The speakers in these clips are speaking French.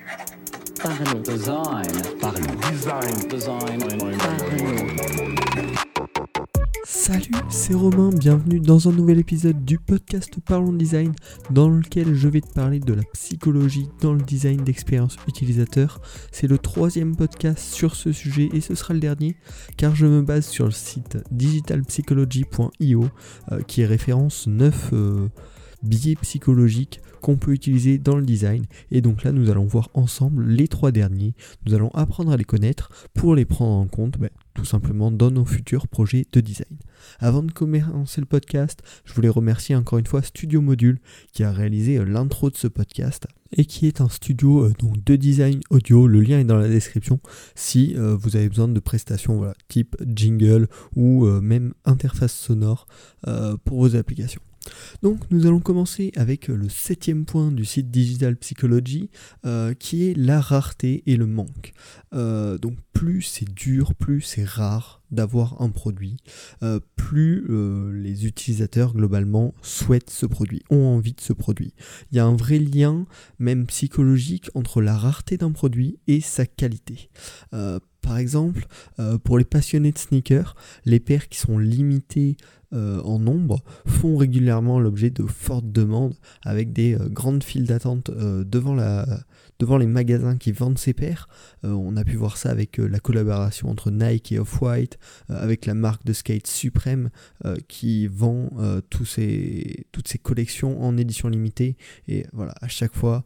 Parlons. Salut, c'est Romain, bienvenue dans un nouvel épisode du podcast Parlons Design, dans lequel je vais te parler de la psychologie dans le design d'expérience utilisateur. C'est le 3e podcast sur ce sujet et ce sera le dernier, car je me base sur le site digitalpsychology.io qui référence 9 biais psychologiques qu'on peut utiliser dans le design, et donc là nous allons voir ensemble les 3 derniers. Nous allons apprendre à les connaître pour les prendre en compte tout simplement dans nos futurs projets de design. Avant de commencer le podcast, je voulais remercier encore une fois Studio Module qui a réalisé l'intro de ce podcast et qui est un studio de design audio. Le lien est dans la description si vous avez besoin de prestations type jingle ou même interface sonore pour vos applications. Donc nous allons commencer avec le 7e point du site Digital Psychology qui est la rareté et le manque. Donc plus c'est dur, plus c'est rare d'avoir un produit, plus les utilisateurs globalement souhaitent ce produit, ont envie de ce produit. Il y a un vrai lien même psychologique entre la rareté d'un produit et sa qualité. Par exemple, pour les passionnés de sneakers, les paires qui sont limitées en nombre font régulièrement l'objet de fortes demandes avec des grandes files d'attente devant les magasins qui vendent ces paires. On a pu voir ça avec la collaboration entre Nike et Off-White, avec la marque de skate Supreme qui vend toutes ces collections en édition limitée. Et voilà, à chaque fois,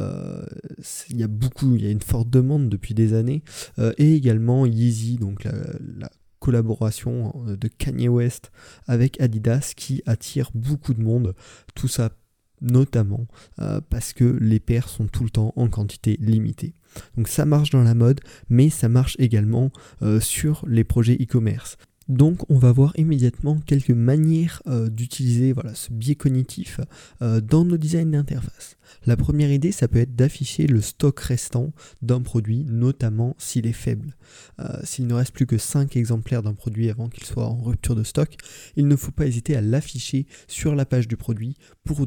il y a une forte demande depuis des années. Et également Yeezy, donc la collaboration de Kanye West avec Adidas qui attire beaucoup de monde. Tout ça notamment parce que les paires sont tout le temps en quantité limitée. Donc ça marche dans la mode, mais ça marche également sur les projets e-commerce. Donc on va voir immédiatement quelques manières d'utiliser ce biais cognitif dans nos designs d'interface. La première idée, ça peut être d'afficher le stock restant d'un produit, notamment s'il est faible. S'il ne reste plus que 5 exemplaires d'un produit avant qu'il soit en rupture de stock, il ne faut pas hésiter à l'afficher sur la page du produit pour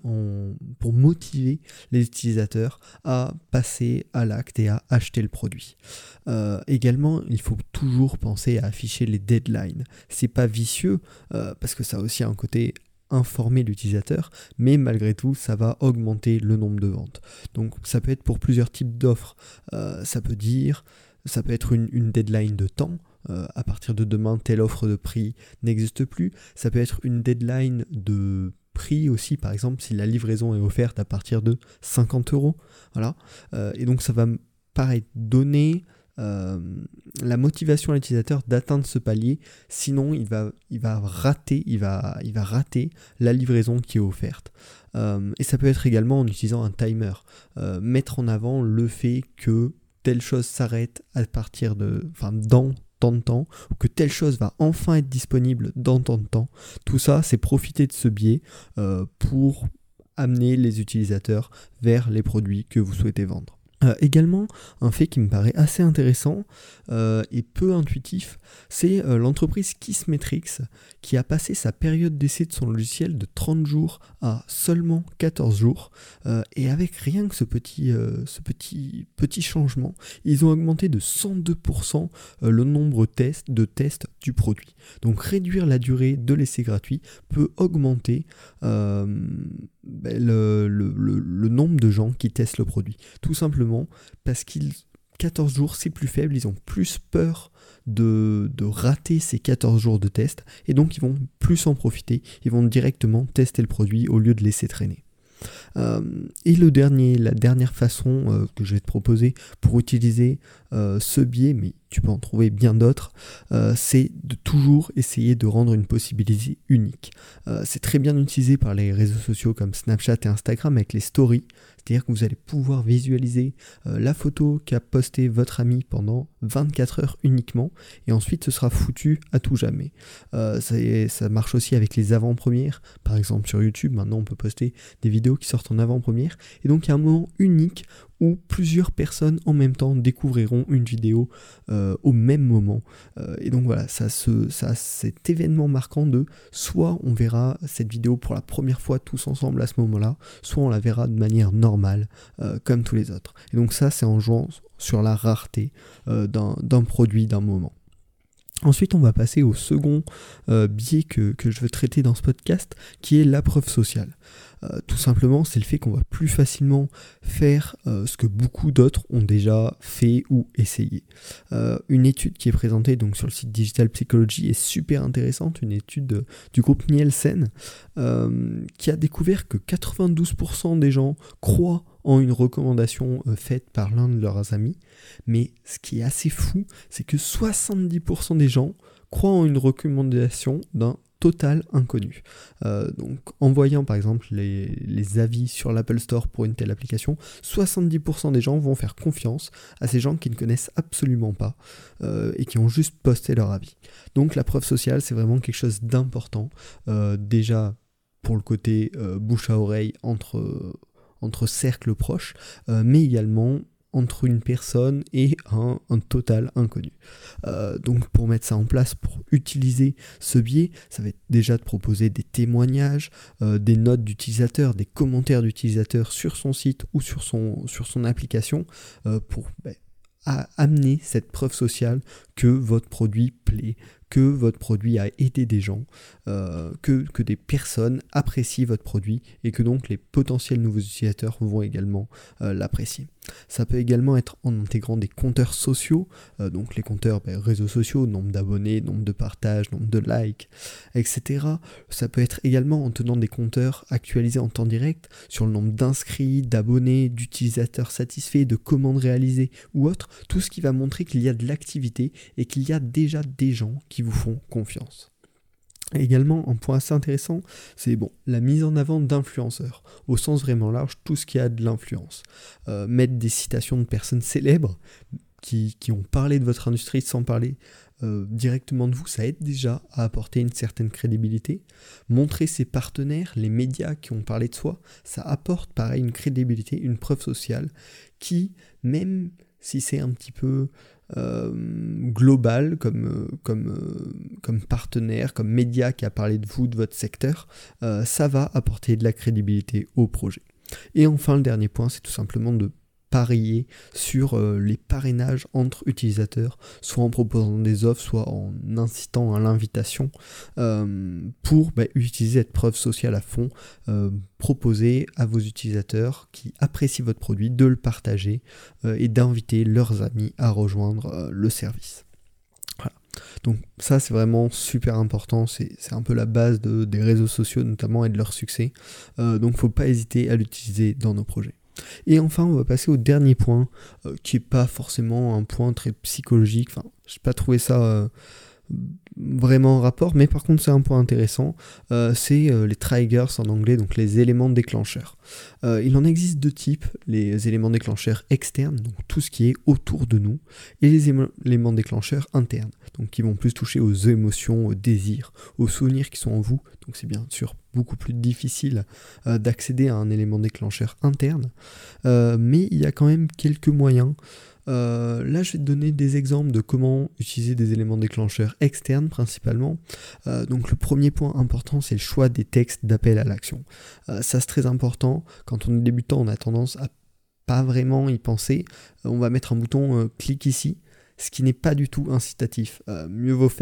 motiver les utilisateurs à passer à l'acte et à acheter le produit. Également, il faut toujours penser à afficher les deadlines. C'est pas vicieux parce que ça a aussi un côté informer l'utilisateur, mais malgré tout ça va augmenter le nombre de ventes. Donc ça peut être pour plusieurs types d'offres. Ça peut être une deadline de temps. À partir de demain, telle offre de prix n'existe plus. Ça peut être une deadline de prix aussi, par exemple si la livraison est offerte à partir de 50 €. Voilà. Et donc ça va pareil donner la motivation à l'utilisateur d'atteindre ce palier, sinon il va rater la livraison qui est offerte. Et ça peut être également en utilisant un timer, mettre en avant le fait que telle chose s'arrête à partir dans tant de temps, ou que telle chose va enfin être disponible dans tant de temps. Tout ça, c'est profiter de ce biais pour amener les utilisateurs vers les produits que vous souhaitez vendre. Également, un fait qui me paraît assez intéressant et peu intuitif, c'est l'entreprise Kissmetrics qui a passé sa période d'essai de son logiciel de 30 jours à seulement 14 jours. Et avec rien que ce petit changement, ils ont augmenté de 102% le nombre de tests du produit. Donc réduire la durée de l'essai gratuit peut augmenter le nombre de gens qui testent le produit. Tout simplement parce 14 jours c'est plus faible, ils ont plus peur de rater ces 14 jours de test et donc ils vont plus en profiter, ils vont directement tester le produit au lieu de laisser traîner. Et la dernière façon que je vais te proposer pour utiliser ce biais, mais tu peux en trouver bien d'autres, c'est de toujours essayer de rendre une possibilité unique. C'est très bien utilisé par les réseaux sociaux comme Snapchat et Instagram avec les stories, c'est-à-dire que vous allez pouvoir visualiser la photo qu'a postée votre ami pendant 24 heures uniquement, et ensuite ce sera foutu à tout jamais. Ça marche aussi avec les avant-premières, par exemple sur YouTube, maintenant on peut poster des vidéos qui sortent en avant-première, et donc il y a un moment unique où plusieurs personnes en même temps découvriront une vidéo au même moment. Et donc voilà, ça a cet événement marquant de soit on verra cette vidéo pour la première fois tous ensemble à ce moment-là, soit on la verra de manière normale comme tous les autres. Et donc ça, c'est en jouant sur la rareté d'un produit, d'un moment. Ensuite, on va passer au second biais que je veux traiter dans ce podcast, qui est la preuve sociale. Tout simplement, c'est le fait qu'on va plus facilement faire ce que beaucoup d'autres ont déjà fait ou essayé. Une étude qui est présentée donc, sur le site Digital Psychology est super intéressante, une étude du groupe Nielsen, qui a découvert que 92% des gens croient en une recommandation faite par l'un de leurs amis, mais ce qui est assez fou, c'est que 70% des gens croient en une recommandation d'un total inconnu. Donc en voyant par exemple les avis sur l'Apple Store pour une telle application, 70% des gens vont faire confiance à ces gens qui ne connaissent absolument pas et qui ont juste posté leur avis. Donc la preuve sociale, c'est vraiment quelque chose d'important, déjà pour le côté bouche à oreille entre cercles proches, mais également entre une personne et un total inconnu. Donc pour mettre ça en place, pour utiliser ce biais, ça va être déjà de proposer des témoignages, des notes d'utilisateurs, des commentaires d'utilisateurs sur son site ou sur son application pour amener cette preuve sociale que votre produit plaît, que votre produit a aidé des gens, que des personnes apprécient votre produit et que donc les potentiels nouveaux utilisateurs vont également l'apprécier. Ça peut également être en intégrant des compteurs sociaux, donc les compteurs réseaux sociaux, nombre d'abonnés, nombre de partages, nombre de likes, etc. Ça peut être également en tenant des compteurs actualisés en temps direct sur le nombre d'inscrits, d'abonnés, d'utilisateurs satisfaits, de commandes réalisées ou autre, tout ce qui va montrer qu'il y a de l'activité et qu'il y a déjà des gens qui vous font confiance. Également, un point assez intéressant, c'est la mise en avant d'influenceurs, au sens vraiment large, tout ce qui a de l'influence. Mettre des citations de personnes célèbres qui ont parlé de votre industrie sans parler directement de vous, ça aide déjà à apporter une certaine crédibilité. Montrer ses partenaires, les médias qui ont parlé de soi, ça apporte pareil une crédibilité, une preuve sociale qui, même si c'est un petit peu global comme partenaire, comme média qui a parlé de vous, de votre secteur, ça va apporter de la crédibilité au projet. Et enfin, le dernier point, c'est tout simplement de parier sur les parrainages entre utilisateurs, soit en proposant des offres, soit en incitant à l'invitation pour utiliser cette preuve sociale à fond, proposer à vos utilisateurs qui apprécient votre produit de le partager et d'inviter leurs amis à rejoindre le service. Voilà. Donc ça c'est vraiment super important, c'est un peu la base des réseaux sociaux notamment et de leur succès, donc faut pas hésiter à l'utiliser dans nos projets. Et enfin, on va passer au dernier point, qui n'est pas forcément un point très psychologique, enfin, je n'ai pas trouvé ça vraiment en rapport, mais par contre c'est un point intéressant, c'est les triggers en anglais, donc les éléments déclencheurs. Il en existe deux types, les éléments déclencheurs externes, donc tout ce qui est autour de nous, et les éléments déclencheurs internes, donc qui vont plus toucher aux émotions, aux désirs, aux souvenirs qui sont en vous, donc c'est bien sûr beaucoup plus difficile d'accéder à un élément déclencheur interne, mais il y a quand même quelques moyens. Là je vais te donner des exemples de comment utiliser des éléments déclencheurs externes principalement. Donc le premier point important, c'est le choix des textes d'appel à l'action. Ça c'est très important, quand on est débutant on a tendance à pas vraiment y penser, on va mettre un bouton clique ici, ce qui n'est pas du tout incitatif. Mieux vaut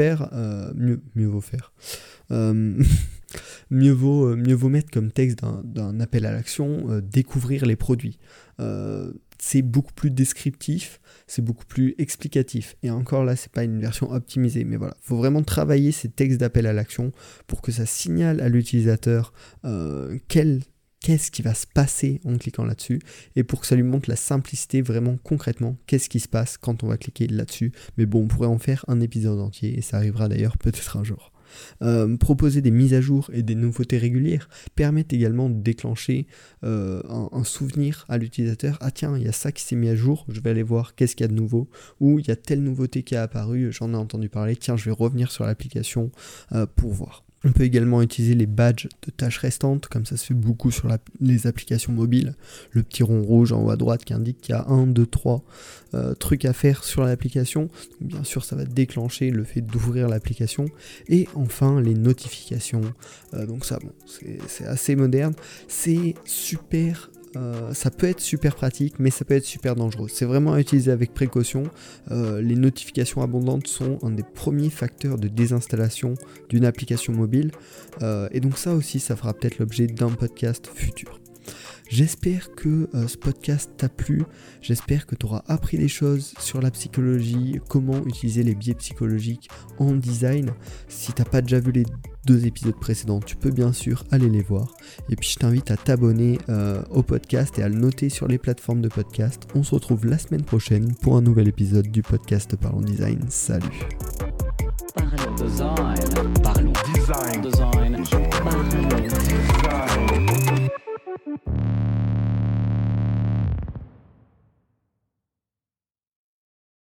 mettre comme texte d'un appel à l'action découvrir les produits. C'est beaucoup plus descriptif, c'est beaucoup plus explicatif. Et encore là, c'est pas une version optimisée, mais voilà, faut vraiment travailler ces textes d'appel à l'action pour que ça signale à l'utilisateur qu'est-ce qui va se passer en cliquant là-dessus, et pour que ça lui montre la simplicité vraiment concrètement, qu'est-ce qui se passe quand on va cliquer là-dessus. Mais bon, on pourrait en faire un épisode entier, et ça arrivera d'ailleurs peut-être un jour. Proposer des mises à jour et des nouveautés régulières permettent également de déclencher un souvenir à l'utilisateur. Ah tiens, il y a ça qui s'est mis à jour, je vais aller voir qu'est-ce qu'il y a de nouveau, ou il y a telle nouveauté qui est apparue, j'en ai entendu parler, tiens je vais revenir sur l'application pour voir. On peut également utiliser les badges de tâches restantes, comme ça se fait beaucoup sur les applications mobiles. Le petit rond rouge en haut à droite qui indique qu'il y a 1, 2, 3 trucs à faire sur l'application. Donc, bien sûr, ça va déclencher le fait d'ouvrir l'application. Et enfin, les notifications. Donc ça, bon, c'est assez moderne. C'est super... ça peut être super pratique, mais ça peut être super dangereux. C'est vraiment à utiliser avec précaution. Les notifications abondantes sont un des premiers facteurs de désinstallation d'une application mobile. Et donc ça aussi, ça fera peut-être l'objet d'un podcast futur. J'espère que ce podcast t'a plu, j'espère que tu auras appris des choses sur la psychologie, comment utiliser les biais psychologiques en design. Si t'as pas déjà vu les 2 épisodes précédents, tu peux bien sûr aller les voir. Et puis je t'invite à t'abonner au podcast et à le noter sur les plateformes de podcast. On se retrouve la semaine prochaine pour un nouvel épisode du podcast Parlons Design. Salut. Parlons Design.